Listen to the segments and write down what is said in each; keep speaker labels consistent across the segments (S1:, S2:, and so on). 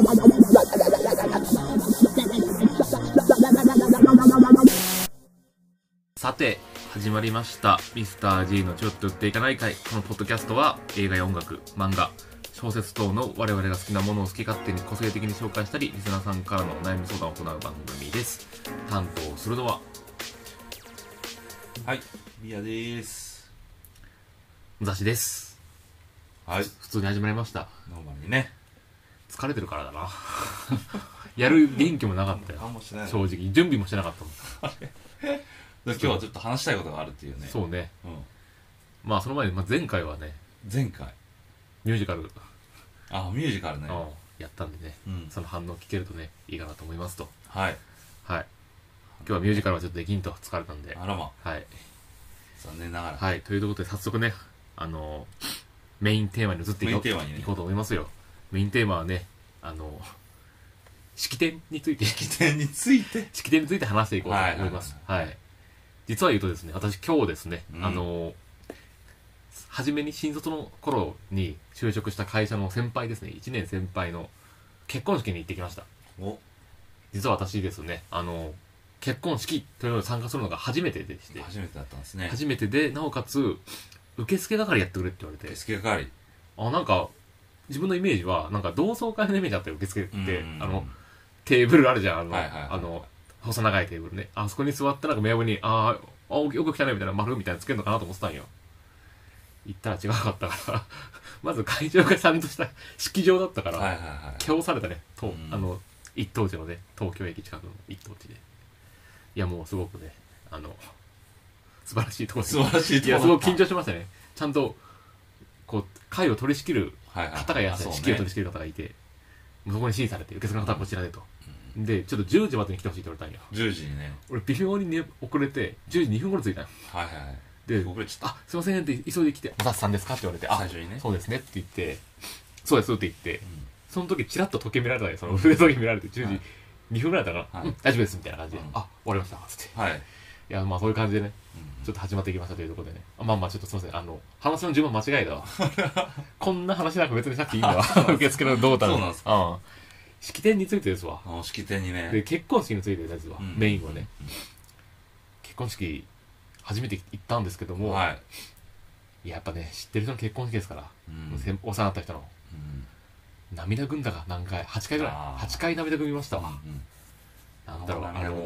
S1: さて始まりましたミスター G のちょっと売っていかない会。このポッドキャストは映画や音楽、漫画、小説等の我々が好きなものを好き勝手に個性的に紹介したり、リスナーさんからの悩み相談を行う番組です。担当するのは
S2: 宮です。
S1: 雑誌です。
S2: はい、
S1: 普通に始まりました。
S2: ノーマルにね。
S1: 疲れてるからだなやる元気もなかったよ。正直準備もしてなかったもん
S2: 今日はちょっと話したいことがあるっていうね。
S1: そうね、まあその前に、前回はね、
S2: 前回
S1: ミュージカル
S2: ミュージカルね、
S1: やったんでね、その反応聞けるとねいいかなと思いますと。
S2: はい
S1: 今日はミュージカルはちょっとできんと疲れたんで、
S2: あらま、残念ながら。
S1: ということで早速ね、メインテーマに移っていこうと思いますよ。メインテーマはね、式典について話していこうと思います。実は言うとですね、私今日ですね、初めに新卒の頃に就職した会社の先輩ですね、1年先輩の結婚式に行ってきました。実は私ですね、結婚式というのに参加するのが初めてでして。
S2: 初めてだったんですね。
S1: 初めてで、なおかつ受付係やってくれって言われて。
S2: 受付係、
S1: なんか自分のイメージはなんか同窓会のイメージだったよ。受付ってテーブルあるじゃん、細長いテーブルね、あそこに座ってなんか目上によく来たねみたいな丸みたいなのつけるのかなと思ってたんよ。行ったら違かったからまず会場がちゃんとした式場だったから、供されたね、一等地のね、東京駅近くの一等地で、いやもうすごくね、素晴らしいところ、いやすごく緊張しましたね。ちゃんとこう会を取り仕切る方がいらっしゃる、式を取り仕切る方がいて、そこに指示されて、受付の方はこちらでと、でちょっと10時までに来てほしいって言われたんよ。
S2: 10時にね。
S1: 俺微妙にね遅れて10時2分頃着いたんよ。で、すいませんって急いで来て、おさつさんですかって言われて、
S2: 最初にね、
S1: そうですねって言って、そうですって言って、その時チラッと時計見られたんよ。その腕時計見られて10時2分ぐらいだったかな、大丈夫ですみたいな感じで、終わりましたつって、いやそういう感じでね、ちょっと始まっていきましたというところでね、ちょっとすいません、話の順番間違えたわこんな話なんか別にしなくていいんだわ受付のどうだろう。そうなんですか。式典についてですわ。
S2: 式典にね。
S1: で結婚式についてですわ、メインはね。結婚式初めて行ったんですけども、やっぱね、知ってる人の結婚式ですから、お世話になった人の、涙ぐんだが何回、8回ぐらい、8回涙ぐみましたわ。なんだろ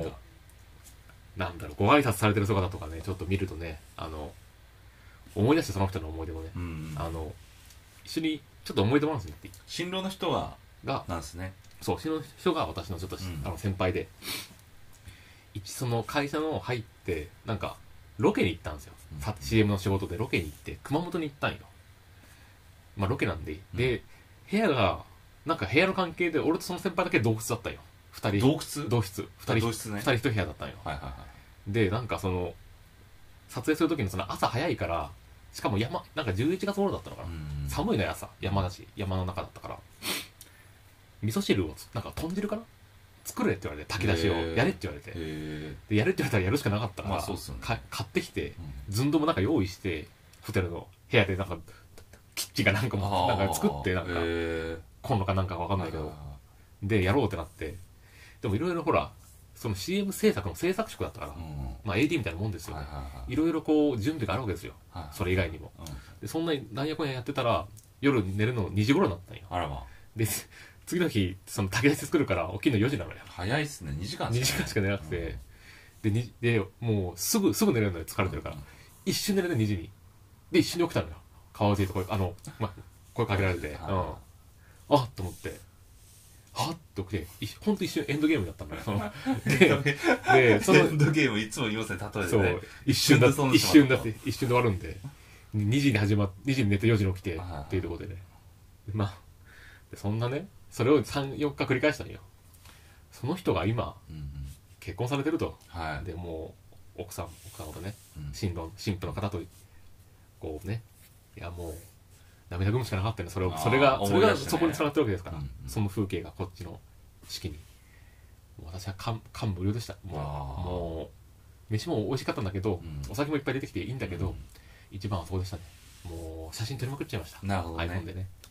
S1: う、ご挨拶されてる姿とかね、ちょっと見るとね、思い出して、その人の思い出もね、一緒にちょっと思い出話になって、
S2: 新郎の人がなんですね。
S1: そう、新郎の人が私のちょっと先輩で、その会社の入ってなんかロケに行ったんですよ。CM の仕事でロケに行って熊本に行ったんよ。ロケなんで、で部屋がなんか部屋の関係で俺とその先輩だけ同室だったんよ。2人同室2人1部屋だったんよ。でなんかその撮影する時にその朝早いから、しかもなんか11月頃だったのかな、寒いの朝、山の中だったから、味噌汁をなんか豚汁かな作れって言われて、炊き出しをやれって言われて、でやれって言われたらやるしかなかったから、買ってきて、ずんどもなんか用意して、ホテルの部屋でなんかキッチンかなんかもなんか作って、なんかコンロかなんかわかんないけど、でやろうってなって、でもいろいろほらその CM 制作の制作職だったから、AD みたいなもんですよ。いろいろこう準備があるわけですよ、それ以外にも。でそんなになんやこんややってたら夜寝るの2時頃になったんよ。で次の日その炊き出し作るから起きるの4時なのよ。
S2: 早いっすね。2時間
S1: しか寝なくて、でもうすぐ寝れるのよ、疲れてるから。一瞬寝れて2時にで一瞬に起きたのよ。川尻と声かけられて、あっと思って、はっと起きて、ほんと一瞬エンドゲームだったんだよでそのエ
S2: ンドゲームいつも言いますね、例えてね。
S1: そう、一瞬で終わるんで、2時に寝て4時に起きてっていうところでね、そんなね、それを3、4日繰り返したんよ。その人が今、結婚されてると。でもう奥さんとね、新婦の方とこうね、いやもう涙ぐむしかなかったよね。それがそこにつながってるわけですから、その風景がこっちの式に。もう私は感無量でした。もう飯も美味しかったんだけど、お酒もいっぱい出てきていいんだけど、一番はそうでしたね。もう写真撮りまくっちゃいました。
S2: なるほどね。
S1: iPhone でね。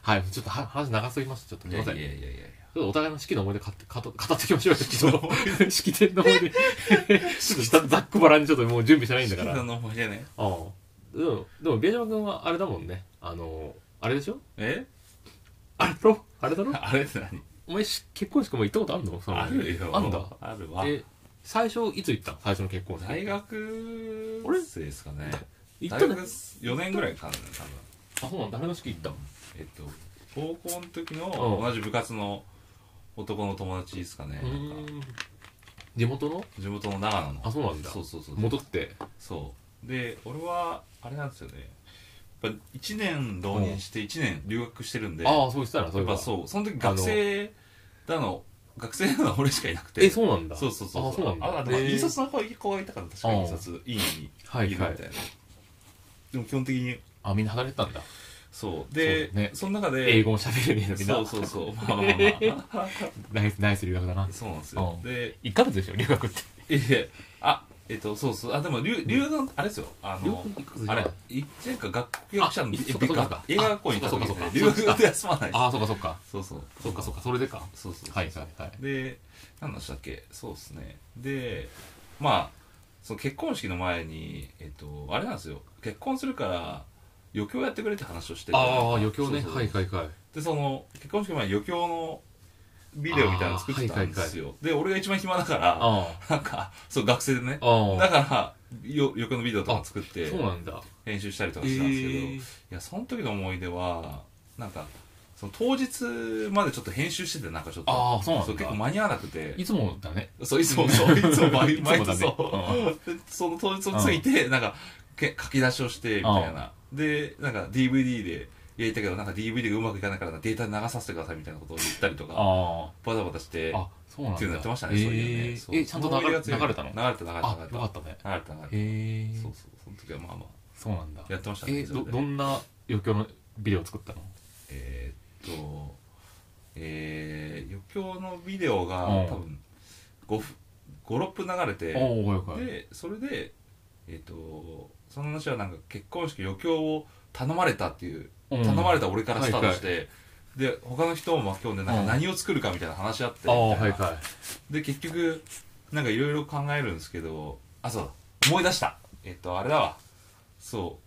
S1: はい、ちょっと話長すぎました。ちょっとすいません。
S2: いやいやいやいや。
S1: ちょっとお互いの式の思い出語っていきましょうよ、式の。式典の思い出。ちょっとざっくばらんにちょっともう準備してないんだから。
S2: 式の思い出ね。
S1: ああ。でも、ビアジャマ君はあれだもんね。あれでしょ？あれだろ？
S2: あれって何？
S1: お前結婚式も行ったことあるの？
S2: あるよ。
S1: あんだ。
S2: あるわ。
S1: 最初いつ行ったの？最初の結婚式。
S2: 大学生ですかね。
S1: 行ったね。
S2: 大学4年ぐらいかな、
S1: 多分。あ、そうなんだ。誰の式行ったの？
S2: 高校の時の同じ部活の男の友達ですかね。
S1: 地元の
S2: 長野の。
S1: あ、そうなんだ。
S2: そう。
S1: 戻って。
S2: そう。で、俺は、あれなんですよね。やっぱ1年浪人して1年留学してるんで。
S1: ああ、そう言ってたな、
S2: そういえば。そう。その時学生なのは俺しかいなくて。
S1: そうなんだ。
S2: そう。
S1: あ、そうなんだ。
S2: 印刷の子がいたから、確かに印刷、いいのにいるみたいな。でも基本的に。
S1: みんな離れてたんだ。
S2: そう。で、その中で。
S1: 英語も喋れるみんな。
S2: そう。
S1: ナイス留学だな。
S2: そうなんですよ。で、
S1: 1ヶ月でしょ、留学って。
S2: そう。でも、留学、あれですよ。あれ、1年間学校役者の映画学校に行った時に留学で休まない。
S1: あ、そっか。
S2: そう。
S1: それでか。
S2: そう。
S1: はい。
S2: で、何でしたっけ？そうですね。で、まあ、その結婚式の前に、あれなんですよ。結婚するから、余興やってくれって話をしてて。
S1: 余興ね。はい。
S2: で、その、結婚式前に余興のビデオみたいなの作ってたんですよ。で、俺が一番暇だから、なんか、そう、学生でね。だから、余興のビデオとか作って、編集したりとかしたんですけど、いや、その時の思い出は、なんか、その当日までちょっと編集してて、なんかちょっと、そう結構間に合わなくて。
S1: いつもだね。
S2: そう、いつも毎日そう。その当日について、なんか、書き出しをして、みたいな。で、なんか DVD でやりたけど、なんか DVD がうまくいかないからデータで流させてくださいみたいなことを言ったりとか、バタバタして、っていうのやってましたね、そういうね。
S1: ちゃんと流れたの？
S2: 流れた。よかったね。
S1: 流れた。
S2: そう。その時はまあまあ。
S1: そうなんだ。
S2: やってましたね。
S1: どんな余興のビデオを作ったの？
S2: 余興のビデオが多分5、6分流れて、で、それで、その話はなんか結婚式余興を頼まれたっていう、頼まれた俺からスタートして、で、他の人を巻き込んでなんか何を作るかみたいな話し合って、で、結局、なんかいろいろ考えるんですけど、そうだ、思い出した。あれだわ。そう、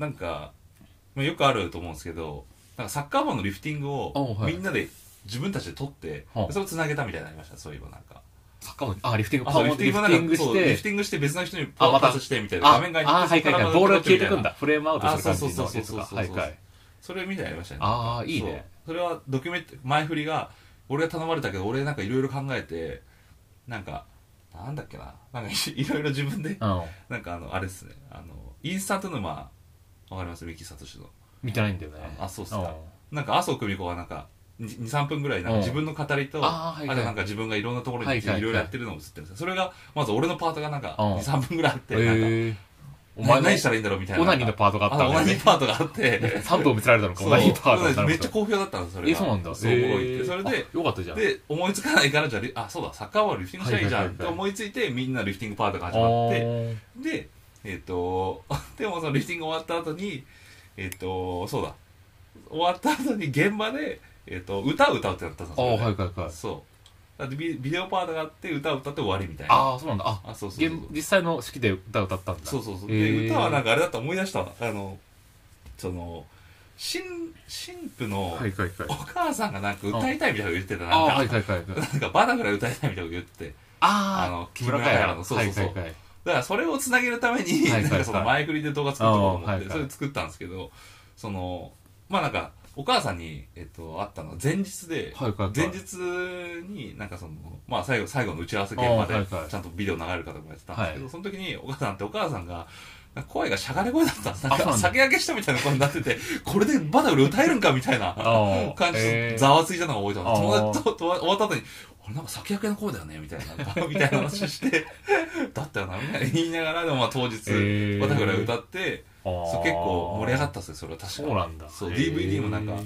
S2: なんか、よくあると思うんですけど、なんかサッカーボールのリフティングをみんなで自分たちで取って、それを繋げたみたいになりました、そういえばなんか。
S1: サッカーのリフティング
S2: リフティングして別の人にパスしてみたいな画面が
S1: ボールが消えてくんだ。フレームアウトする感じのやつか。
S2: それみたいになりましたね。
S1: いいね。
S2: それはドキュメント前振りが俺が頼まれたけど、俺なんかいろいろ考えて、なんかなんだっけな、なんかいろいろ自分でなんかあれですね、インスタント沼わかります？ミキサトシの
S1: 見てないんだよね。
S2: そうっすか。なんか麻生久美子がなんか2、3分ぐらいなんか自分の語りと、あとなんか自分がいろんなところに行っていろいろやってるのを映ってるんですよ。それがまず俺のパートがなんか2、3分ぐらいあって、なんかお前何したらいいんだろうみたいな。
S1: オナニーのパートがあったんだよね。
S2: オナニーパートがあって。
S1: 3分見せられたのか、オナニーパート。
S2: めっちゃ好評だったんです、それが。
S1: そうなんだ。
S2: そう、おもろいって。それで、
S1: よかったじゃん。
S2: で、思いつかないから、じゃあ、そうだ、サッカーボールリフティングしたらいいじゃんって思いついて、みんなリフティングパートが始まって、で、でもそのリフティング終わった後に、そうだ、終わった後に現場で、歌を歌うってなったんですよ。そう。だってビデオパートがあって歌を歌って終わりみたいな。
S1: そうなんだ。実際の式で歌を歌ったんだ。
S2: そう。で、歌はなんかあれだった思い出した。その、新婦のお母さんがなんか歌いたいみたいなこと言ってた。なんかバタフライ歌いたいみたいなこと言ってて。木村カエラの。そう。だからそれをつなげるために、なんかその前振りで動画作ったと思って、それ作ったんですけど、まあなんか、お母さんに、会ったのは前日で、前日になんかまあ最後の打ち合わせ現場で、ちゃんとビデオ流れるかとかやってたんですけど、その時にお母さんが、声がしゃがれ声だったんです。なんか酒焼けしたみたいな声になってて、これでバタフライ歌えるんかみたいな感じでざわついたのが覚えてます。友達と終わった後に、なんか酒焼けの声だよねみたいな話して、だったよなみたいな言いながら、でもまあ当日バタフライ歌って、結構盛り上がったっすよ、それは確かに。
S1: そうなんだ。
S2: そう、DVD もなんか、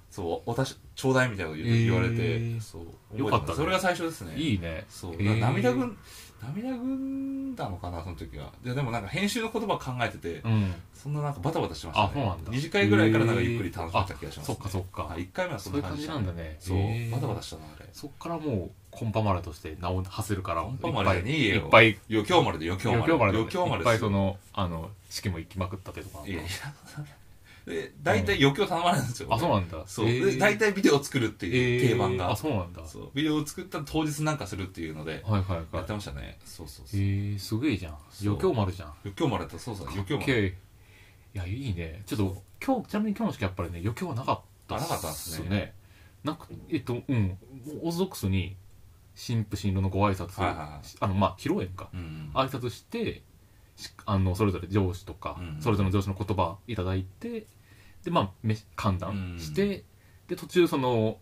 S2: そう私ちょうだいみたいなこと言われて、そう
S1: よかったね。
S2: それが最初ですね。
S1: いいね。
S2: そう涙ぐんだのかなその時は。でもなんか編集の言葉考えてて、そんななんかバタバタしてましたね。
S1: そうなんだ。
S2: 2次会ぐらいからなんかゆっくり楽しめた気がします、
S1: そっかそっか。
S2: 1回目はそんな
S1: 感じなんだね。
S2: そうバタバタしたなあれ。
S1: そっからもうコンパマラとして名を馳せるから、
S2: コンパマラでねえよ。
S1: いっぱい
S2: 余興丸で余興丸で
S1: いっぱいその式も行きまくったってとか。
S2: いやいや。で大体余興頼まれるんですよ。
S1: そうなんだ。
S2: そうで大体ビデオを作るっていう定番が。
S1: そうなんだ。
S2: そうビデオを作った当日なんかするっていうのでやってましたね。そう
S1: すげえじゃん。余興丸じゃん。
S2: 余興丸だった。そう余興
S1: 丸。いやいいね。ちょっとちなみに今日の式やっぱりね余興はなかった
S2: んですね。
S1: なんかオーソドックスに新婦新郎のご挨拶披露宴か挨拶してそれぞれ上司とかそれぞれの上司の言葉いただいて。で歓談して、で途中友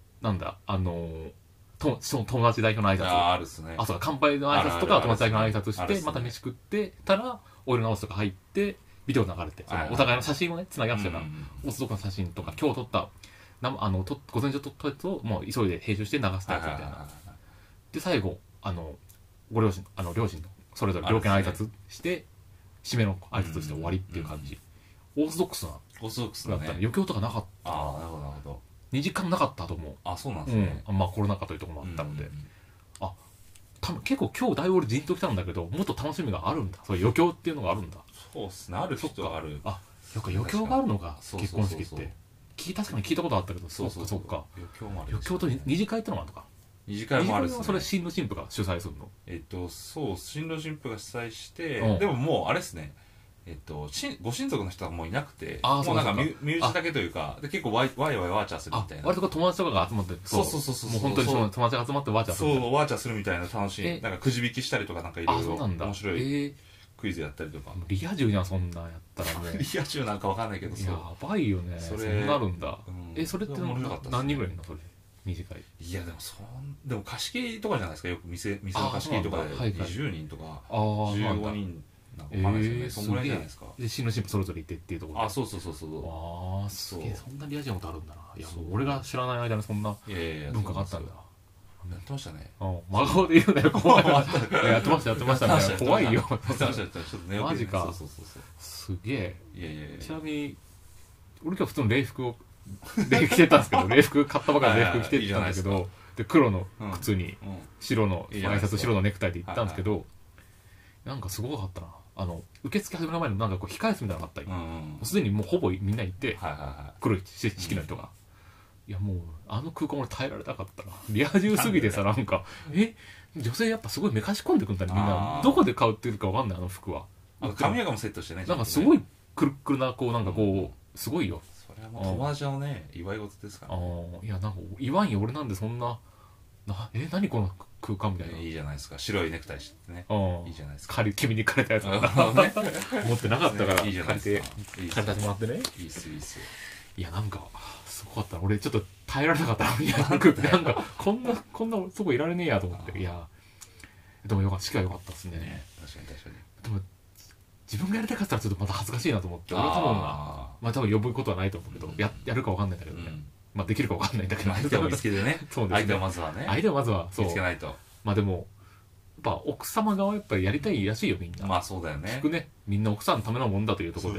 S1: 達代表の挨拶
S2: あるっすね。
S1: そうか乾杯の挨拶とか友達代表の挨拶してまた飯食ってたらお色直しとか入ってビデオ流れてお互いの写真をねつなぎ合わせたオーソドックスの写真とか今日撮った午前中撮ったやつをもう急いで編集して流したやつみたいな。で最後ご両親両親のそれぞれ両家の挨拶して締めの挨拶して終わりっていう感じ。オーソドックスなだったね。余興とかなかった。
S2: なるほどなるほど。
S1: 2時間なかったと思う。
S2: そうなんですね。
S1: コロナ禍というところもあったので、結構今日だいぶ俺じんときたんだけどもっと楽しみがあるんだ。そういう余興っていうのがあるんだ。
S2: そうっすね。ある人はある。
S1: 余興があるのか結婚式って。確かに聞いたことあったけど、
S2: そう
S1: か。
S2: 余
S1: 興と二次会ってのがあるのか。
S2: 二次会もあるっすね。
S1: それ新郎新婦が主催するの？
S2: そう新郎新婦が主催してでももうあれですね。ご親族の人はもういなくてもうなんか身内だけというかで結構ワイワイワーチャーするみたいな。
S1: 割と友達とかが集まって
S2: そう
S1: もう本当に友達が集まってワーチャーする
S2: そうワーチャーするみたいな楽しいなんかくじ引きしたりとかなんかいろいろ面白いクイズやったりとか。
S1: リア充じゃんそんなやったらね。
S2: リア充なんかわかんないけど
S1: やばいよね。そんなあるんだ。それって何人ぐらいいるのそれ二次会。
S2: いやでも貸し切りとかじゃないですか。よく店の貸し切りとかで20人とか15人なんかわかんないですよね。そんぐらいじゃないですか。
S1: で新郎新婦それぞれいてっていうところで。
S2: そう
S1: すげえ。そんなリア充なことあるんだな。いやもう俺が知らない間にそんな文化があったんだ。
S2: やってましたね。
S1: 真顔で言うなよ怖い。やってましたね。怖いよ。
S2: やってました。ちょっと寝起き。
S1: マジか。すげえ。ちなみに俺今日普通の礼服着てたんですけど、礼服買ったばかりの礼服着てたんだけど、で黒の靴に白の挨拶白のネクタイで行ったんですけど、なんかすごかったな。受付始める前になんかこう控え室みたいなのがあったり、すでにもうほぼみんないて、黒い式の人が。いやもう空間俺耐えられなかったな。リア充すぎてさなんか女性やっぱすごいめかし込んでくんだねみんな。どこで買ってるかわかんない服は。
S2: 髪の毛もセットしてね。
S1: なんかすごいくるくるななんかこうすごいよ。
S2: それはもう友達のね祝い事ですから。
S1: いやなんか祝いんよ俺なんでそんな何この空間みたいな。
S2: いいじゃないですか。白いネクタイしてね。いいじゃないですか。
S1: 君に借りたやつ持ってなかったから
S2: いいじゃないですか。
S1: 借りさせてもらってね。
S2: いいっす。
S1: いやなんかすごかった俺ちょっと耐えられなかったなんかこんなそこいられねえやと思って。いやでも式は良かったですね。
S2: 確かに
S1: でも自分がやりたかったらちょっとまた恥ずかしいなと思って俺多分呼ぶことはないと思うけどやるか分かんないんだけどね。できるか分かんないんだけど
S2: 相手を見つけてね。相手をまずはね。
S1: 相手をまずは
S2: 見つけないと。
S1: でもやっぱ奥様側はやっぱりやりたいらしいよみんな。
S2: そうだよね。
S1: 聞くね。みんな奥さんのためのもんだというところで。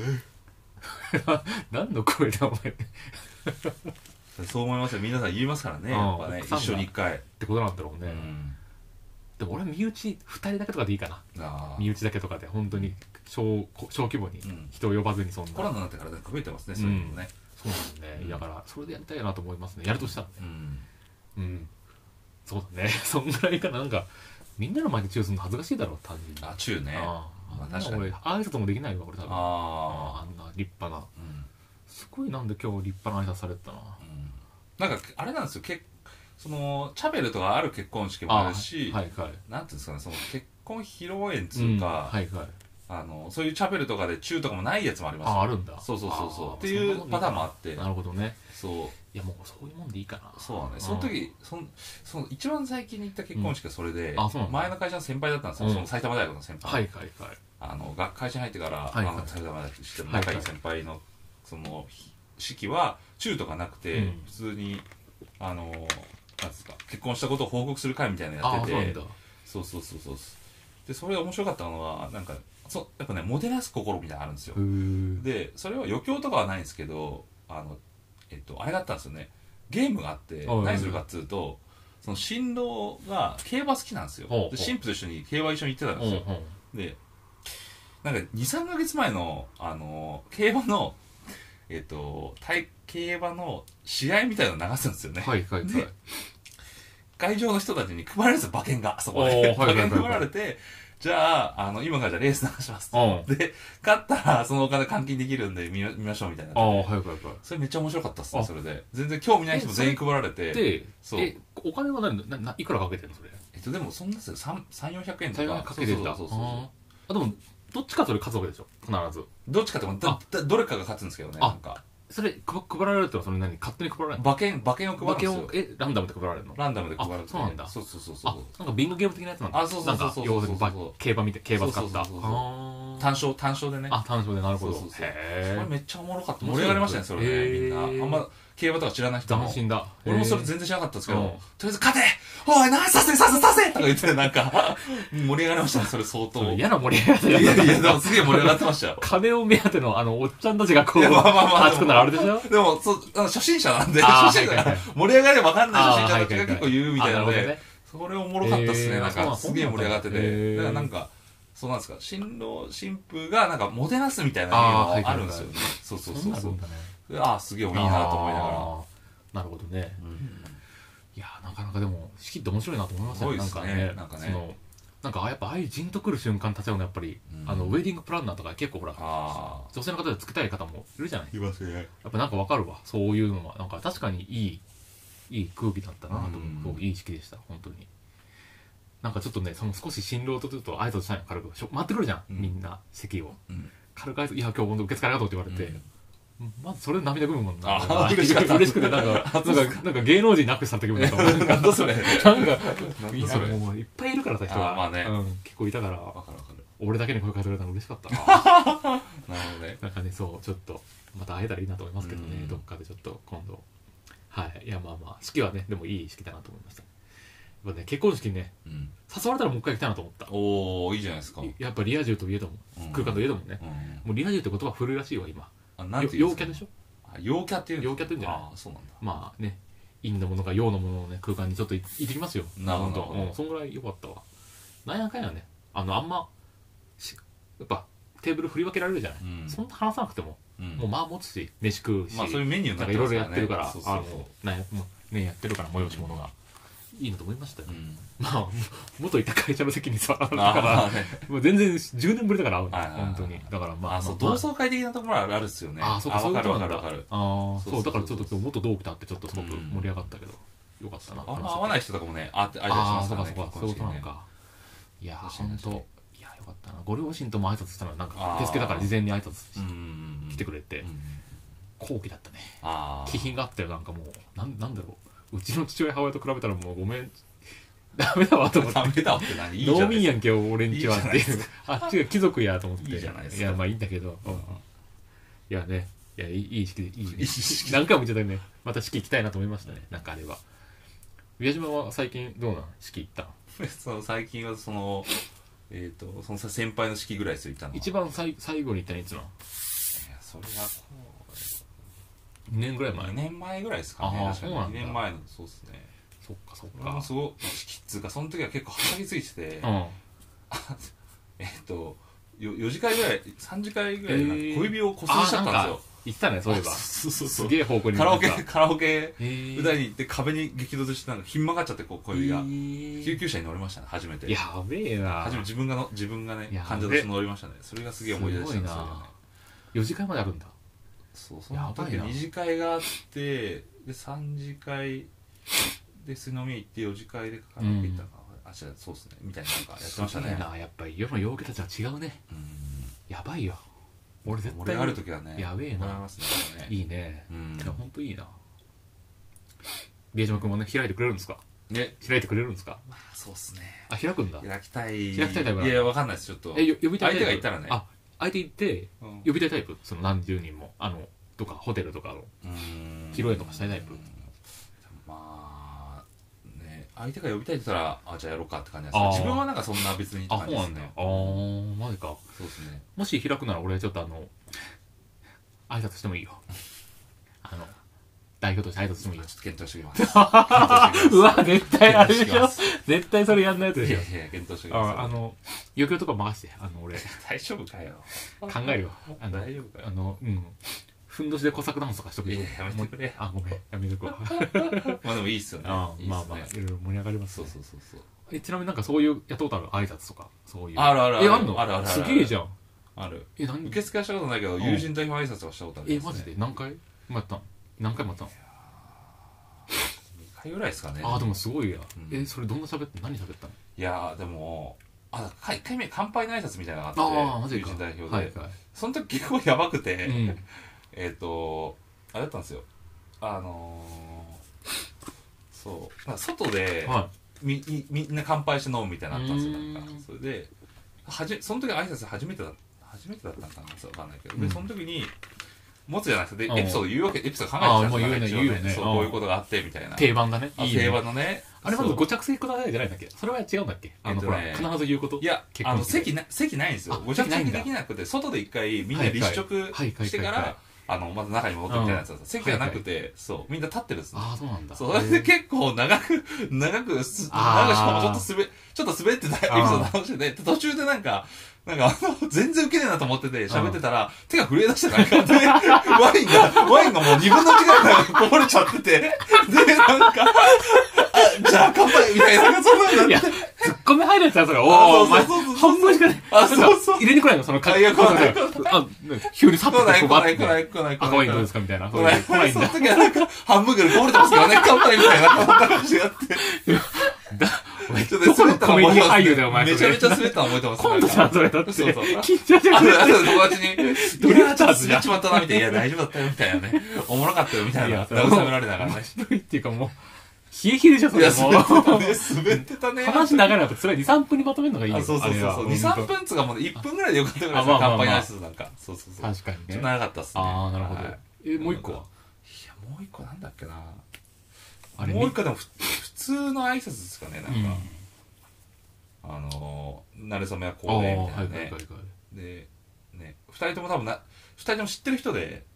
S1: 何の声だお前。
S2: そう思いますよ。皆さん言いますからね。やっぱね一緒に一回
S1: ってことなんだろうね。でも俺身内2人だけとかでいいかな。身内だけとかで本当に小規模に人を呼ばずにそんな。
S2: コロナになってから増えてますねそういうのね。
S1: そうなんね。だからそれでやりたいなと思いますね。やるとしたらね。そうだね。そんぐらいかな。なんかみんなの前でチューするの恥ずかしいだろう単純に。
S2: チューね。
S1: 確かに俺挨拶もできないわ俺多分。あんな立派な。すごいなんで今日立派な挨拶されてたな。
S2: なんかあれなんですよ。そのチャペルとかある結婚式もあるし、なんていうんですかね、その結婚披露宴っていうか、そういうチャペルとかでチューとかもないやつもありますよ。
S1: あるんだ。
S2: そうっていうパターンもあって。
S1: なるほどね。
S2: そう。
S1: いやもうそういうもんでいいかな。
S2: そうだね。その時その一番最近に行った結婚式がそれで、前の会社の先輩だったんですよ。その埼玉大学の先輩。会社に入ってから埼玉大学して仲いい先輩のその式は中とかなくて、
S1: うん
S2: 普通になんですか、結婚したことを報告する会みたいなのやってて、そうそうそうそう。でそれが面白かったのはなんかやっぱね、もてなす心みたいなのあるんですよ。でそれは余興とかはないんですけど、あれがあったんですよね。ゲームがあって何するかっつうと、その新郎が競馬好きなんですよ。で新婦と一緒に競馬一緒に行ってたんですよ。でなんか 2,3 ヶ月前の競馬の競馬の試合みたいなの流すんですよね。
S1: はいはいはい。
S2: で会場の人たちに配られるんですよ、馬券が。そこで馬券配られて、じゃあ今からじゃあレース流しますと。で勝ったらそのお金換金できるんで見ましょうみたいな。それめっちゃ面白かったっすね。それで全然興味ない人も全員配られて。
S1: でお金はいくらかけてるのそれ。
S2: でもそんなですよ、300-400円とか
S1: かけてるんだ。そうでもどっちかそれ勝つわけでしょ、必ず。
S2: どっちかってもどれかが勝つんですけどね。なんか
S1: それ配られるってのはそれ勝手に配られるの？馬券
S2: を配るんですよ。
S1: ランダムで配られるの？
S2: ランダムで配られる。
S1: そうなんだ。
S2: そうそう。
S1: なんかビンゴゲーム的なやつなんだ。
S2: そうそうそう。
S1: 要するに競馬使った。
S2: 単勝でね。
S1: 単勝で、なるほど。
S2: へぇ。これめっちゃおもろかった。盛り上がりましたね、それね、みんな。あんま競馬とか知らない人も。
S1: 斬新だ。
S2: 俺もそれ全然知らなかったんですけど、とりあえず勝ておいさせとか言ってなんか、盛り上がりましたね、それ相当。
S1: 嫌な盛り上がり
S2: いや、でもすげえ盛り上がってましたよ。
S1: 金を目当てのおっちゃんたちがこう、熱くなるあれでしょ？
S2: でも、初心者なんで、盛り上がりわかんない初心者たちが結構言うみたいなので、それおもろかったっすね、なんか、すげえ盛り上がってて。だからなんか、そうなんですか、新郎、新婦がなんかもてなすみたいなゲームがあるんですよね。そう。すげえいいなと思いながら。
S1: なるほどね。いや、なかなかでも、式って面白いなと思いましたね。なんかね。なんかやっぱああいうジンとくる瞬間立ち会うのやっぱり、ウェディングプランナーとか結構ほら、女性の方でつけたい方もいるじゃない。
S2: いますね。
S1: やっぱなんかわかるわ。そういうのは。なんか確かにいい空気だったなと思う。いい式でした、本当に。なんかちょっとね、少し新郎とちょっと挨拶したいの軽く。回ってくるじゃん、みんな、席を。軽く挨拶、いや、今日本当受付ありがとうって言われて、まずそれで涙ぐむもんな。嬉しくて、なんか芸能人なくした時もだったもん。
S2: なんだそれ。
S1: なんか、もういっぱいいるからさ、人が。結構いたから、俺だけに声かけてくれたの嬉しかったな。
S2: なるほどね。
S1: なんかね、そう、ちょっと、また会えたらいいなと思いますけどね、どっかでちょっと今度。はい。いや、まあ、式はね、でもいい式だなと思いました。やっぱね、結婚式にね、誘われたらもう一回行きたいなと思った。
S2: おー、いいじゃないですか。
S1: やっぱリア充といえども、空間といえどもね。もうリア充って言葉古いらしいわ、今。陽キャでしょ？
S2: 陽キャっていうん
S1: 陽キャって言うんじゃない？
S2: そうなんだ。ま
S1: あね、陰のものが陽のもののね、空間にちょっと行ってきますよ。
S2: なるほど。
S1: そんぐらい良かったわ。なんやかんやね、あんま、やっぱテーブル振り分けられるじゃない。そんな話さなくても、もうまあ持つし、飯食うし、
S2: そういうメニュー
S1: なんかいろいろやってるから、やってるから催し物が。いいのと思いましたよ。まあ、元いた会社の席に座られたから、もう全然10年ぶりだから会うの、本当に。だからまあ、
S2: 同窓会的なところあるっすよね。
S1: そうか、そういうことなんだ。
S2: わかる。
S1: そう、だからちょっと元同期と会ってちょっとすごく盛り上がったけど、よかったな。
S2: 会わない人とかもね、会ったりしますからね。
S1: そういうことなのか。いや、本当いや、よかったな。ご両親とも挨拶したのなんか、手付けだから事前に挨拶来てくれて、後期だったね。気品があったよ、なんかもう、なんだろう。うちの父親母親と比べたらもうごめん、ダメだわと思って。
S2: ダメだわって何？いいじゃないですか。
S1: 農民やんけ、俺んちはっていう。あっちが貴族やと思って。
S2: いいじゃないですか。
S1: いや、まあいいんだけど。いやね、いい式で、いいね。何回も言ってたね。また式行きたいなと思いましたね。なんかあれば。宮島は最近どうなん？式行った
S2: の？最近はその先輩の式ぐらいですよ、行ったの。
S1: 一番最後に行ったのいつなの？いや、
S2: それは
S1: 2年ぐらい前？
S2: 2年前ぐらいですかね。確かに2年前の、そうですね。
S1: そっか。
S2: 俺もすごい式っつうか、その時は結構はしゃぎついてて、4次会ぐらい、3次会ぐらい小指を骨折しちゃったんですよ。
S1: 言ったね、そういえば。すげえ方向に。
S2: カラオケ歌いに行って壁に激突してなんかひん曲がっちゃって、小指が。救急車に乗りましたね、初めて。
S1: やべえな。
S2: 初めて自分がね、患者として乗りましたね。それがすげえ思い出したんですよね。
S1: 4次会まであるんだ。
S2: そう、その時2次会があって、で、3次会で水飲み行って、4次会でカラオケ行ったのかな。そうですね。みたいななんかやってましたね。
S1: やっぱり世の陽気たちは違うね。やばいよ。俺絶対。
S2: 盛り上がる時はね。
S1: やべえな。いいね。ほんといいな。宮島君もね、開いてくれるんですか？ね。開いてくれるんですか？
S2: まあ、そうっすね。
S1: あ、開くんだ。
S2: 開きたい
S1: タイプ。
S2: いや、わかんないです、ちょっと。
S1: 呼びたいタイプ。
S2: 相手がいたらね。
S1: 相手行って、呼びたいタイプ、その何十人も。 とかホテルとかの披露宴とかしたいタイプ？
S2: まあね、相手が呼びたいって言ったらじゃあやろうかって感じなんですけど、自分はなんかそんな別にって感じですね。
S1: マジか。
S2: そうですね。
S1: もし開くなら俺はちょっと挨拶してもいいよ。代表として挨拶してもいいよ。
S2: ちょっと検討しておきます。
S1: うわ、絶対あれでしょ。絶対それやんないやつでしょ。
S2: いや検討しておきます。
S1: 余興とか任して、俺。
S2: 大丈夫かよ。
S1: 考えるよ。
S2: 大丈夫かよ。
S1: ふんどしで小作ダンスとかしとくよ。
S2: やめてくれ。
S1: ごめん、やめとこう。
S2: まあでもいいっすよね。
S1: まあまあ、いろいろ盛り上がります。
S2: そう。
S1: ちなみになんかそういうやったことある挨拶とか、そういう。
S2: ある。
S1: あんの？
S2: ある。
S1: すげえじゃん。
S2: ある。
S1: 何？
S2: 受付はしたことないけど、友人代表挨拶はしたことある。
S1: マジで？何回もやったの？何回もやったの？
S2: 2回ぐらいですかね。
S1: でもすごいや。それどんな喋って何喋ったの？
S2: いやでも、1回目乾杯の挨拶みたいなのがあって、友人代表で。その時結構やばくて、あれだったんですよ。そう。外で、みんな乾杯して飲むみたいなのあったんですよ。なんかそれで、その時挨拶初めてだったのかな、わかんないけど。で、その時に、持つじゃないですか。で、エピソード言うわけ、エピソード考えてたんですよ。言うよね。そう、こういうことがあって、みたいな。
S1: 定番だね。
S2: 定番のね。
S1: あれまずご着席くださいじゃないんだっけ？それは違うんだっけ？ほら、必ず言うこと。
S2: いや、席ないんですよ。ご着席できなくて、外で一回みんな立食してから、まず中に戻ってみたいなやつだった。席がなくて、そう、みんな立ってるんですね。
S1: そうなんだ。
S2: それで結構長く、しかもちょっと滑ってたエピソード直してて、途中でなんか全然ウケねえなと思ってて、喋ってたら、手が震え出したからで、ワインがもう2分の1ぐらいこぼれちゃってて、で、なんか、じゃあ乾杯みたいな、そんなの
S1: いや、ツッコミ入るやつだ、それ。お前、半分しかね、入れてこないの、その、
S2: いや、来ない。
S1: 急にサッと
S2: 来ない。
S1: 赤ワインどうですかみたいな。
S2: 来ないんだ。その時はなんか、半分ぐらいこぼれてますけどね、乾杯みたいな感じがあって。
S1: ちょっと滑ったの覚えてます。
S2: めちゃめちゃ滑ったの覚えてます。
S1: 今度じゃん、それだって。
S2: そう。
S1: 緊張してる。
S2: 友達に、ドリフターズ滑っちまったな、みたいな。いや、大丈夫だったよ、みたいなね。おもろかったよ、みたいな。慰められながらね。
S1: っていうかもう、冷え切るでしょ、それもう。
S2: 滑ってたね。
S1: 話長いなと、それ2、3分にまとめるのがいいよ。
S2: そう。2、3分つがもう1分ぐらいでよかったぐらいですよ、乾杯の挨拶なんか。そう。
S1: 確かにね。
S2: ちょっと長かったっすね。
S1: なるほど。もう一個は？
S2: いや、もう一個なんだっけな。もう一個でも普通の挨拶ですかね、なんか。なれそめはこうで、みたいなね。で、ね、二人とも知ってる人で、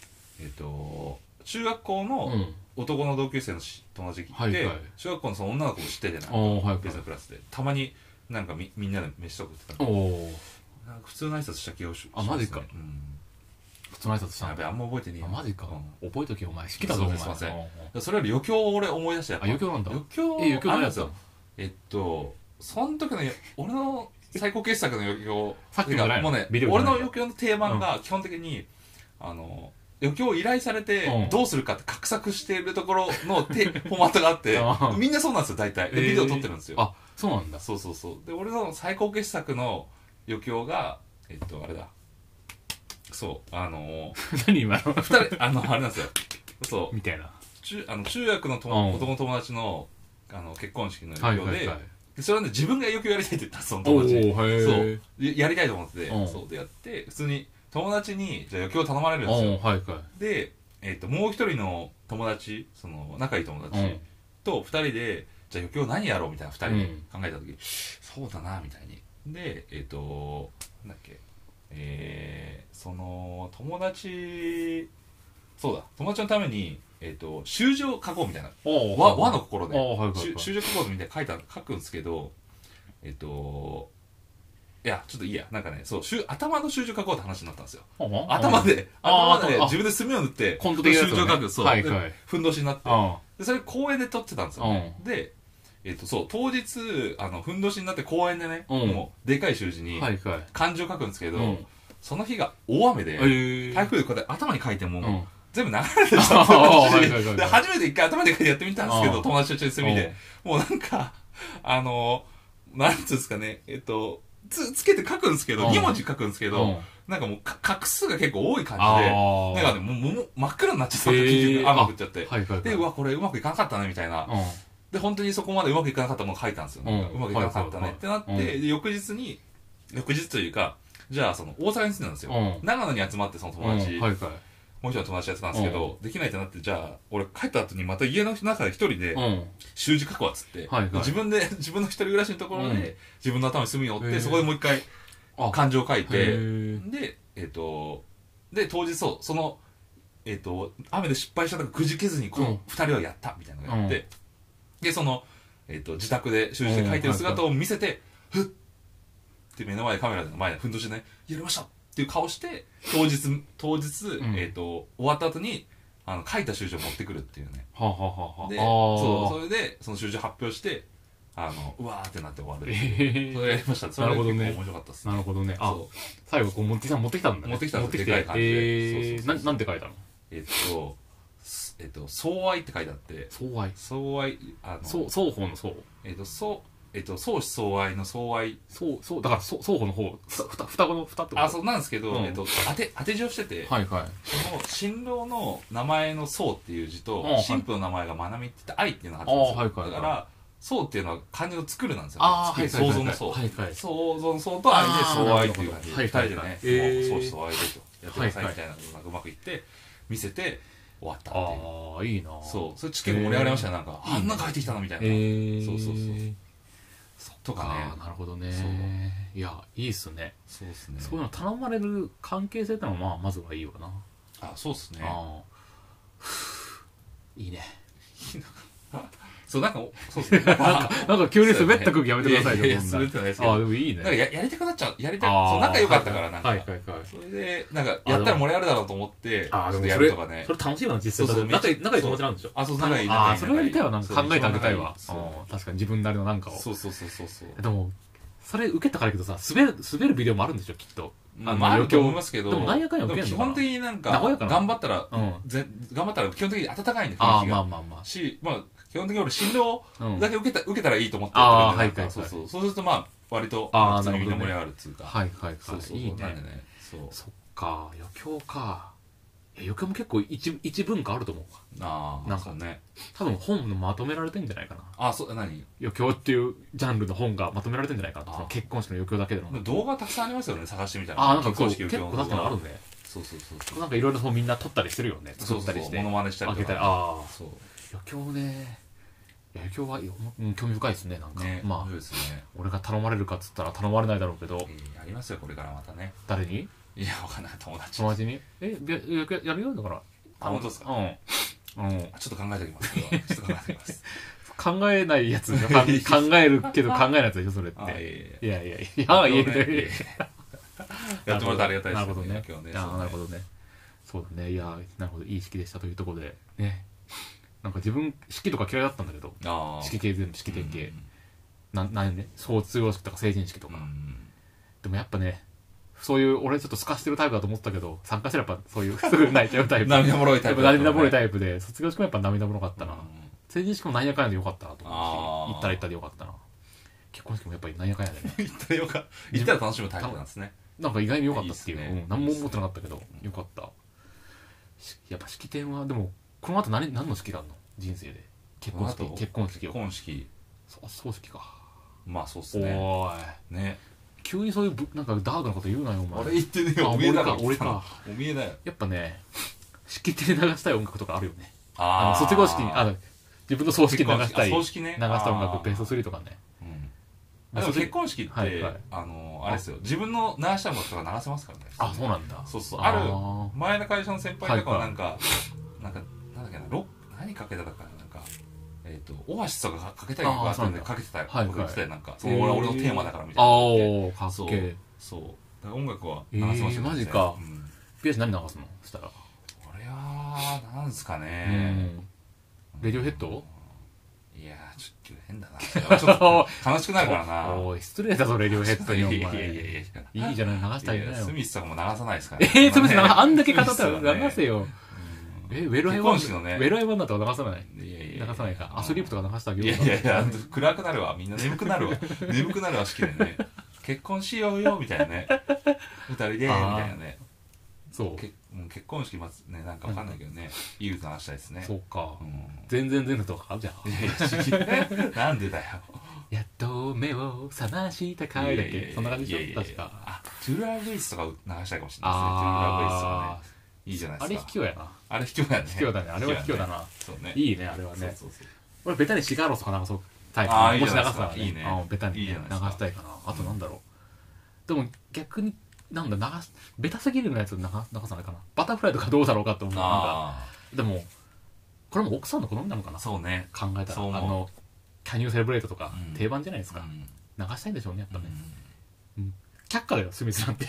S2: 中学校の男の同級生の友達がいて、中学校のその女の子も知ってて、別のクラスで。たまになんかみんなで飯とか食ってたなんか普通の挨拶した気がしますね。
S1: マジか。普通の挨拶したんだ。
S2: やべ、あんま覚えてねえ。
S1: マジか。覚えとけお前。好きだぞ、お前。
S2: すいません。それより余興を俺思い出してやった。
S1: 余興なんだ。
S2: 余興
S1: 何やつだ？
S2: その時の、俺の最高傑作の余興。
S1: さっきの
S2: もうね、俺の余興の定番が基本的に、余興を依頼されて、どうするかって画策しているところのフォーマットがあって、みんなそうなんですよ、大体。で、ビデオ撮ってるんですよ。
S1: そうなんだ。
S2: そう。で、俺の最高傑作の余興が、あれだ。そう、
S1: 何今の？
S2: 二人、あれなんですよ。そう。
S1: みたいな。
S2: 中学の男の友達の、結婚式の余興で、それはね、自分が余興やりたいって言った、その友達に。そう。やりたいと思ってて、そうでやって、普通に友達に、じゃあ余興頼まれるんですよ。で、もう一人の友達、その、仲いい友達と二人で、じゃあ余興何やろうみたいな二人で考えたとき、そうだな、みたいに。で、なんだっけ、その、友達のために、習字を書こうみたいな。和の心で。習字を書こうみたいな書くんですけど、いや、ちょっといいや。なんかね、そう、頭の習字を書こうって話になったんですよ。頭で自分で墨を塗って、習字を書く。そう。ふんどしになって。で、それ公園で撮ってたんですよね。で、そう、当日、ふんどしになって公園でね、もう、でかい習字に、漢字を書くんですけど、その日が大雨で、台風でこうやって頭に書いても、全部流れてちゃったで、初めて一回頭で書いてやってみたんですけど、友達と一緒に墨で。もうなんか、なんつうんですかね、つけて書くんですけど、2文字書くんですけど、なんかもう画数が結構多い感じで、なんかね、もう真っ黒になっちゃった結局雨降っちゃって。で、うわ、これうまくいかなかったね、みたいな。で、本当にそこまでうまくいかなかったものを書いたんですよ。うまくいかなかったねってなって、で、翌日というか、じゃあ、大阪に住んでたんですよ。長野に集まって、その友達。ももう一人の友達やってたんですけど、できないってなって、じゃあ、俺帰った後にまた家の中で一人で、習字書くわっつって、自分の一人暮らしのところで、自分の頭に墨を折って、そこでもう一回、漢字を書いて、で、で、当日その、雨で失敗したとかくじけずに、この二人はやった、みたいなのをやって、で、その、自宅で習字で書いてる姿を見せて、ふっって目の前でカメラの前でふんどしでね、やりましたっていう顔して、当日、終わった後に、書いた習字を持ってくるっていうね。で、それで、その習字を発表して、うわーってなって終わる。それやりました。それが結構面白かったっすね。
S1: なるほどね。あ、最後こう持ってきたんだね。
S2: 持ってきたのでかい感じで。
S1: なんて書いたの？
S2: 相愛って書いてあって。
S1: 相愛。
S2: 双方の相。相思相愛の相愛。
S1: だから双方の方、双子の双ってこと？
S2: あ、そうなんですけど、当て字をしてて、その、新郎の名前の相っていう字と、新婦の名前がまなみって言って愛っていうのがあったんですよ。だから、相っていうのは漢字の作るなんですよ。想像の相。想像の相と愛で相愛っていう感じで、二人でね、相思相愛でとやってくださいみたいなのがうまくいって、見せて終わったっていう。
S1: ああ、いいな。
S2: そう。それ結構盛り上がりましたね。なんか、あんな書いてきたのみたいな。そうそうそう。とかね。
S1: なるほどね。いや、いいっすね。
S2: そうっすね。
S1: そういうの頼まれる関係性ってのは、まあ、まずはいいわな。
S2: あ、そうっすね。
S1: いいね。
S2: そう、なんか、そうっすね。
S1: なんか急に滑った空気やめてくださいよ。
S2: 滑ってないですよ。
S1: あ、でもいいね。
S2: なんかやりたくなっちゃう。そう、仲良かったから、なんか。それで、なんか、やったら盛り上がるだろうと思って、やるとかね。
S1: それ楽しいわ、実際。仲いい友達なんでしょ？
S2: あ、そう、仲いい。
S1: あ、それやりたいわ、なんか考えてあげたいわ。確かに自分なりのなんかを。
S2: そう。
S1: でも、それ受けたからいけどさ、滑るビデオもあるんでしょ、きっと。
S2: あると思いますけど、
S1: でもなんやかんや受けんのかな。
S2: 基本的になんか、頑張ったら基本的に温かいんで、雰囲気が。まあ。基本的に俺、振動だけ受けたらいいと思ってやってるんで、そうするとまあ、割と、普通にみんな盛り上がるっていうか。そう。いいね。
S1: そっか、余興か。余興も結構一文化あると思う
S2: わ。なんかね。
S1: 多分本のまとめられてんじゃないかな。
S2: あ、そう、何？
S1: 余興っていうジャンルの本がまとめられてんじゃないかな。結婚式の余興だけでの。
S2: 動画たくさんありますよね、探してみたら。
S1: なんか結構確かにあるね。
S2: そう。
S1: なんかいろいろみんな撮ったりするよね。
S2: 作ったりして。モノマネしたりとか。
S1: そう。余興ね。余興は興味深いですね、なんか。まあ、俺が頼まれるかっつったら頼まれないだろうけど。
S2: やりますよ、これからまたね。
S1: 誰に？
S2: いや、わかんない、友
S1: 達に？やるよ、だから。
S2: あ、本当ですか？ちょっと考えておきます。
S1: 考えないやつ考えるけど考えないやつでしょ、それって。いや。
S2: やってもらってありがたいですね。
S1: なるほどね。なるほどね。そうだね。いや、なるほど、いい式でしたというところで。ね。なんか自分、式とか嫌いだったんだけど、式系全部、式典系。なんね、卒業式とか成人式とか。でもやっぱね、そういう、俺ちょっと透かしてるタイプだと思ったけど、参加したらやっぱそういう、すぐ泣いちゃうタイプ。
S2: 涙もろいタイプ。
S1: 涙もろいタイプで、卒業式もやっぱ涙もろかったな。成人式もなんやかんやでよかったなと思うし、行ったら行ったでよかったな。結婚式もやっぱりなんやかんやでね。
S2: 行ったら楽しむタイプなんですね。
S1: なんか意外に良かったっていう。何も思ってなかったけど、よかった。やっぱ式典は、でも、この後何の式があるの？人生で。結婚式。葬式か。
S2: まあそうっすね。ね。
S1: 急にそういうなんかダークなこと言うなよ、お前。
S2: 俺言ってねえよ、おめえだろ。
S1: 俺か。
S2: おめえだよ。
S1: やっぱね、式典で流したい音楽とかあるよね。卒業式に、自分の葬式に流したい。流した音楽、ベスト3とかね。
S2: でも結婚式って、あれですよ、自分の流したい音楽とか流せますからね。
S1: あ、そうなんだ。
S2: そう。前の会社の先輩とかはなんだっけな、何かけたかな、なんか、オアシスとかかけたい曲があったんでかけてたよ。僕言ってたよ、なんか。その俺のテーマだからみたいな。
S1: かっけえ。
S2: そう。だから音楽は流せますよね。
S1: マジか。ピアス何流すの？したら。
S2: これは、なんですかね。
S1: レディオヘッド？
S2: いやー、ちょっと変だな。ちょっと悲しくなるからな。
S1: おい、失礼だぞ、レディオヘッドにお前。いいじゃない、流したいね。
S2: スミスとかも流さないですからね。
S1: スミスあんだけ語ったら流せよ。ウェルアイワンだとか流さない？流さないか。アスリープとか流してあげようか。
S2: いや、暗くなるわ。みんな眠くなるわ。式でね。結婚しようよ、みたいなね。二人で、みたいなね。
S1: そう。
S2: 結婚式まずね、なんかわかんないけどね。いい歌流したいですね。
S1: そうか。全然とかじゃ
S2: あ。なんでだよ。
S1: やっと目を覚ました回だっけ？そんな感じでしょ？確か。
S2: トゥーラーブイスとか流したいかもしれないですね。トゥーラーブイスとかね。 いいじゃないですか。
S1: あれ卑怯やな。
S2: あれ卑怯やね。
S1: 卑怯だね。あれは卑怯だな。
S2: そうね。
S1: いいね、あれはね。
S2: そうそうそう。
S1: 俺、ベタにシガーロスとか流そうタイプ。
S2: ああ、いい
S1: もし
S2: じゃないですか。
S1: 流すならね。
S2: いいね。
S1: ベタに流したいかな。あとなんだろう。でも逆に、なんだ、ベタすぎるのやつ流さないかな。バタフライとかどうだろうかって思う。なんか、でも、これも奥さんの好みなのかな。
S2: そうね。
S1: 考えたら。Can You Celebrate とか、定番じゃないですか。流したいんでしょうね、やっぱね。却下だよ、スミスなんて。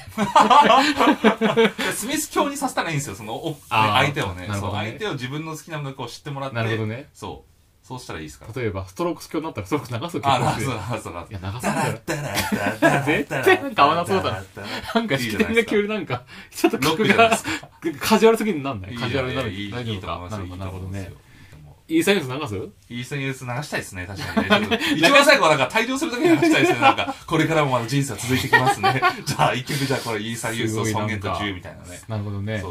S2: スミス教にさせたらいいんですよ、相手をね。相手を自分の好きな音楽を知ってもらって。
S1: なるほどね。
S2: そうしたらいいですから。
S1: 例えば、ストロークス教になったらストロークス流す
S2: 曲。
S1: 流す。いや、流さないだろ。絶対なんか合わなそうだな。なんか式典が急になんか、ちょっと曲がカジュアルすぎになんない。カジュアルになる。大丈夫か。なるほどね。イーサニュース流す？
S2: イーサニュース流したいですね、確かにね。一番最後はなんか退場するだけに流したいですね。なんか、これからもまだ人生は続いてきますね。じゃあ、一曲じゃあこれイーサニュースを尊厳と自由みたいなね。
S1: なるほどね。
S2: そう。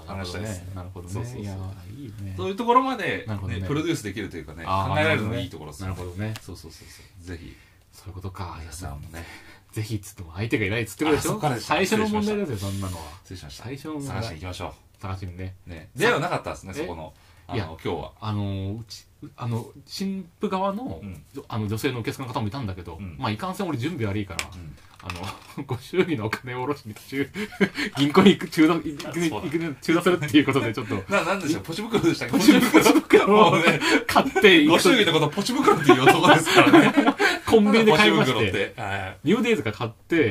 S2: 流したいですね。
S1: なるほどね。いや、いいね。
S2: そういうところまで、プロデュースできるというかね、考えられるのがいいところですね。
S1: なるほどね。
S2: そう。ぜひ。
S1: そういうことか。
S2: 皆さんもね。
S1: ぜひっつっても相手がいないっつってことでしょ？最初の問題ですよ、そんなのは。
S2: 失礼しました。
S1: 最初の問題。
S2: 探しに行きましょう。
S1: 探しにね。
S2: 出会いはなかったですね、そこの。いや、今日は。
S1: 新婦側の、女性の受付の方もいたんだけど、まあ、いかんせん俺準備悪いから、ご祝儀のお金を下ろしに銀行に行く、中断するっていうことでちょっと。
S2: なんでしょう、ポチ袋でしたっけ？
S1: ポチ袋をね、買って、
S2: ご祝儀のことポチ袋っていう男ですからね。
S1: コンビニで買いまして、ニューデイズが買って、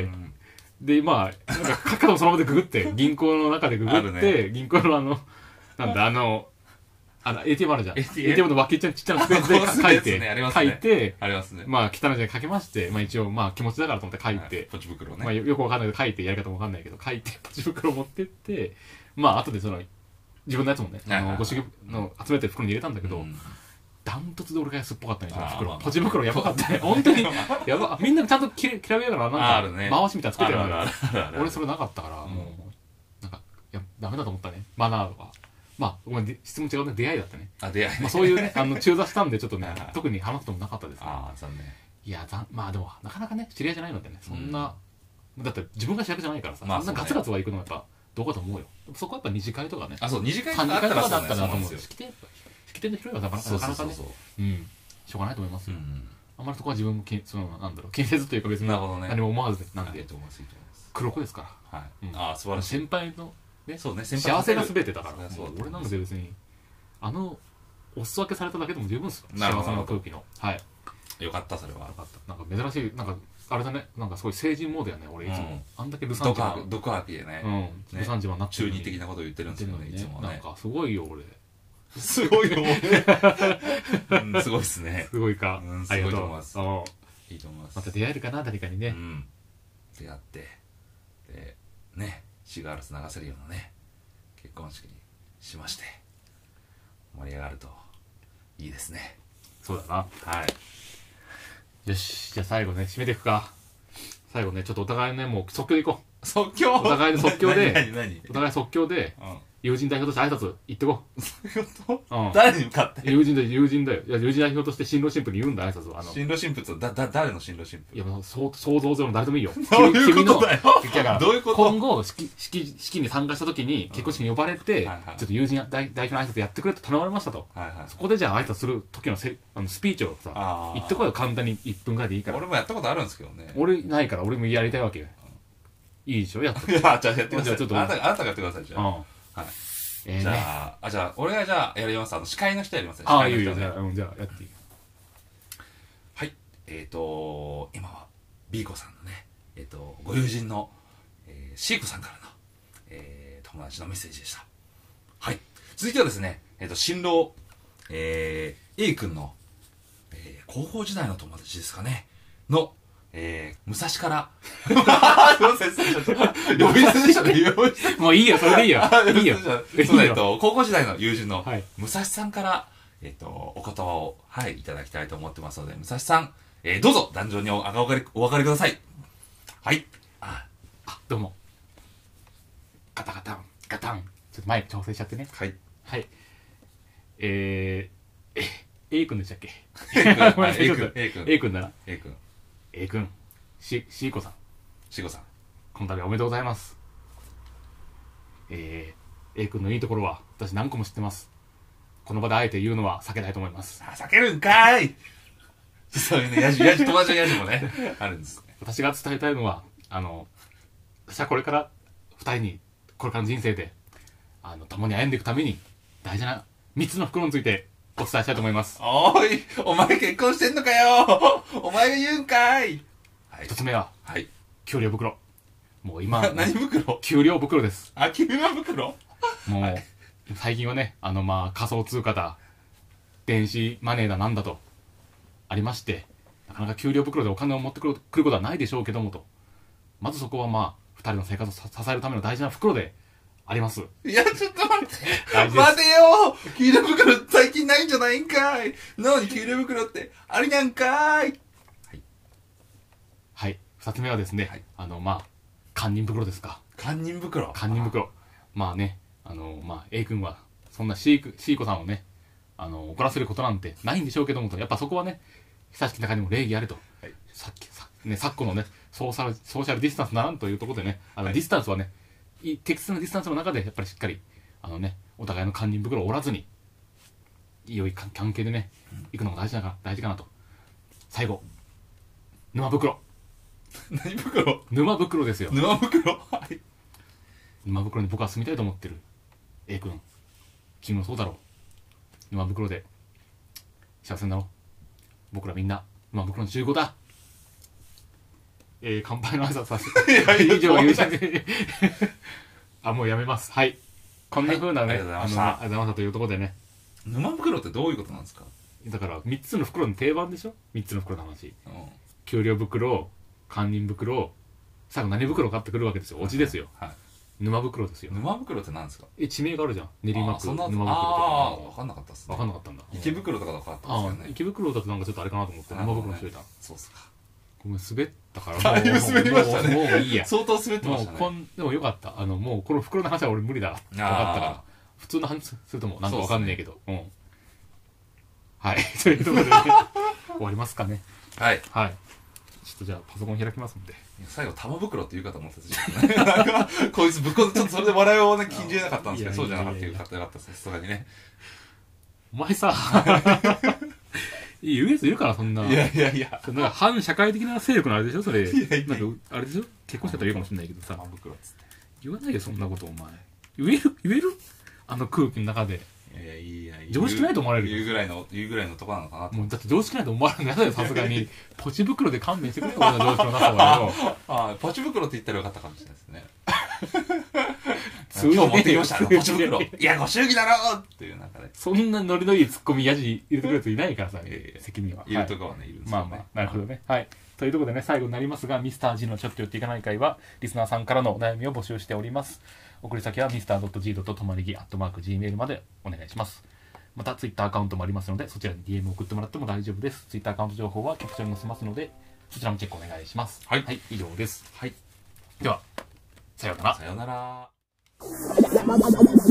S1: で、まあ、なんか、書き方もそのままでググって、銀行の中でググって、銀行のなんだ、ATM あるじゃん。ATM の脇ちっちゃなスペースで書いて、まあ、汚い字で書きまして、まあ一応、まあ気持ちだからと思って書いて、
S2: ポチ袋ね。
S1: まあよくわかんないけど書いて、やり方もわかんないけど、書いて、ポチ袋持ってって、まあ後で自分のやつもね、ご祝儀の集めてる袋に入れたんだけど、ダントツで俺が安っぽかったね、袋。ポチ袋やばかったね。本当に、やば、みんなちゃんときらびやがら、なんか、回しみたいな作ってるから、俺それなかったから、もう、なんか、いや、ダメだと思ったね。マナーとか。まあ、ごめん、質問違うね。出会いだったね。
S2: 出会い。
S1: まあそういうね、中座したんで、ちょっとね、特に話すこともなかったですね。
S2: 残念。
S1: いや、まあでも、なかなかね、知り合いじゃないのでね、そんな、だって自分が主役じゃないからさ、そんなガツガツは行くのはやっぱ、どうかと思うよ。そこはやっぱ二次会とかね。
S2: そう、二次会とか
S1: だったなと思うよ。式典の広いはなかなかね、
S2: うん、
S1: しょうがないと思いますよ。あんまりそこは自分も、なんだろう、建設というか別に何も思わずなんで、黒子ですから。
S2: はい。素晴らしい。
S1: 先輩の、ね、
S2: そうね、
S1: 幸せが全てだから、俺なんか別に、お裾分けされただけでも十分ですよ。幸せな空気の。はい。
S2: よかった、それは。
S1: よかった。なんか珍しい、なんか、あれだね、なんかすごい成人モードやね、俺いつも。あんだけルサンチマン。
S2: 毒吐きでね。
S1: ルサンチマンなって
S2: 中二的なこと言ってるんですよね、いつもね。
S1: なんか、すごいよ、俺。
S2: すごいよ、俺。すごいっすね。
S1: すごいか。
S2: ありがとうございます。いいと思います。
S1: また出会えるかな、誰かにね。
S2: 出会って、で、ね、シガールス流せるようなね、結婚式にしまして、盛り上がるといいですね。
S1: そうだな。
S2: はい。
S1: よし、じゃあ最後ね、締めていくか。最後ね、ちょっとお互いね、もう即興でいこ
S2: う。即興
S1: お互いで即興で、
S2: お
S1: 互い即興で、友人代表として挨拶言ってこ
S2: う。誰に向かって
S1: 友人だよ。いや、友人代表として新郎新婦に言うんだ、挨拶を。
S2: 新郎新婦って誰の新郎新婦？
S1: いや、想像上の誰でもいいよ。
S2: どういうことだよ。どういうこと？
S1: 今後、式に参加した時に、結婚式に呼ばれて、ちょっと友人代表の挨拶やってくれと頼まれましたと。そこでじゃあ挨拶する時のスピーチをさ、言ってこいよ、簡単に1分ぐらいでいいから。
S2: 俺もやったことあるんですけどね。
S1: 俺ないから、俺もやりたいわけよ。いいでしょ？やって。
S2: じゃあやってください。あなたがやってください、じゃあ。はい。じゃあ、俺がじゃあやります。司会の人やりますね。
S1: いいよ、じゃあやっていい。
S2: はい。今は、ビーコさんのね、ご友人の、シーコさんからの、友達のメッセージでした。はい。続いてはですね、新郎、A 君の、高校時代の友達ですかね、の、武蔵から。すいません、呼び捨てでしたね。
S1: もういいよ、それでいいよ。いいよ。
S2: 高校時代の友人の武蔵さんから、お言葉を、はい、いただきたいと思ってますので、武蔵さん、どうぞ、壇上にお分かりください。はい。
S1: どうも。ガタン。ちょっとマイク調整しちゃってね。
S2: はい。
S1: はい。A 君でしたっけ？ A 君だな。A 君、シーコさん。
S2: シーコさん。
S1: この度はおめでとうございます。 A 君のいいところは私何個も知ってます。この場であえて言うのは避けたいと思います。
S2: 避けるんかい。そういうね、友達のヤジもね、あるんですね。
S1: 私が伝えたいのは、私はこれから二人に、これからの人生で、共に歩んでいくために、大事な3つの袋についてお伝えしたいと思います。
S2: おーい、お前結婚してんのかよ。お前が言うんかい。
S1: はい、1つ目は、
S2: はい。
S1: 給料袋。もう今、
S2: 何袋？
S1: 給料袋です。
S2: あ、給料袋？
S1: もう、はい、最近はね、仮想通貨だ、電子マネーだなんだと、ありまして、なかなか給料袋でお金を持ってくることはないでしょうけどもと。まずそこは2人の生活を支えるための大事な袋であります。
S2: いや、ちょっと待って。待てよ。給料袋最近ないんじゃないんかい。なのに給料袋ってありなんかい。はい。
S1: はい。2つ目はですね、はい、堪忍袋ですか。
S2: 堪忍袋。
S1: 堪忍袋。まあね、A 君は、そんな C 子さんをね、怒らせることなんてないんでしょうけどもと、やっぱそこはね、久しき中にも礼儀あれと。はい、昨今のね、ソーシャルディスタンスならんというところでね、ディスタンスはね、適切なディスタンスの中で、やっぱりしっかり、お互いの堪忍袋を折らずに、良い関係でね、行くのが大事かなと。最後、沼袋。
S2: 何袋？
S1: 沼袋ですよ。
S2: 沼袋？はい。
S1: 沼袋に僕は住みたいと思ってる A 君。君もそうだろう。沼袋で幸せになろう。僕らみんな沼袋の15だ。乾杯の挨拶させて。以上言うしで。もうやめます。はい。こんな風なね、ありがとうございましたというところでね。
S2: 沼袋ってどういうことなんですか？
S1: だから3つの袋の定番でしょ。3つの袋の話。給料袋、堪忍袋、最後何袋買ってくるわけですよ。オチですよ。はい。沼袋ですよ。
S2: 沼袋って何ですか？
S1: 地名があるじゃん。練馬区沼袋とか。
S2: 分かんなかったっすね。
S1: 分かんなかったんだ。
S2: 池袋とかだと分かったんですよね。
S1: 池袋だとなんかちょっとあれかなと思って沼袋にしといた。
S2: そうっすか。
S1: ごめん、滑ったから。
S2: だいぶ滑りましたね。
S1: もういいや。
S2: 相当滑ってましたね。
S1: でもよかった。もうこの袋の話は俺無理だ。分かったから。普通の話するともなんか分かんねえけど。はい。というところでね、終わりますかね。
S2: はい。
S1: はい。ちょっとじゃあパソコン開きますんで。
S2: 最後玉袋って言うかと思ってたなんかこいつぶっこちょっとそれで笑いをね禁じれなかったんですけど、そうじゃなかったっていう方よかったです。さすがにね。
S1: お前さ言うやついるからそんな。
S2: いや
S1: なんか反社会的な勢力のあれでしょそれ。なんかあれでしょ結婚したら言うかもしれないけどさ。
S2: 玉袋っつって
S1: 言わないよそんなことお前。言える空気の中で。
S2: いや
S1: 常識ないと思われる。
S2: 言うぐらいのとこなのかなと。
S1: もうだって常識ないと思われるのやだよさすがに。ポチ袋で勘弁してくれよ俺の常識のなさは
S2: よ。ポチ袋って言ったらよかったかもしれないですね。今日持ってきましたポチ袋。いやご祝儀だろっていう中で。
S1: そんなノリのいいツッコミやじ入れてくれるやついないからさ責任は。
S2: いるとこはねいるんですよね。
S1: なるほどね。はい。というところでね最後になりますがミスター G のちょっと寄っていかない会はリスナーさんからのお悩みを募集しております。送り先は Mr.G. とまりぎ @gmail までお願いします。また Twitter アカウントもありますのでそちらに DM 送ってもらっても大丈夫です。 Twitter アカウント情報はキャプチャーに載せますのでそちらもチェックお願いします。
S2: はい、
S1: 以上です。
S2: はい、
S1: ではさようなら。
S2: さようなら。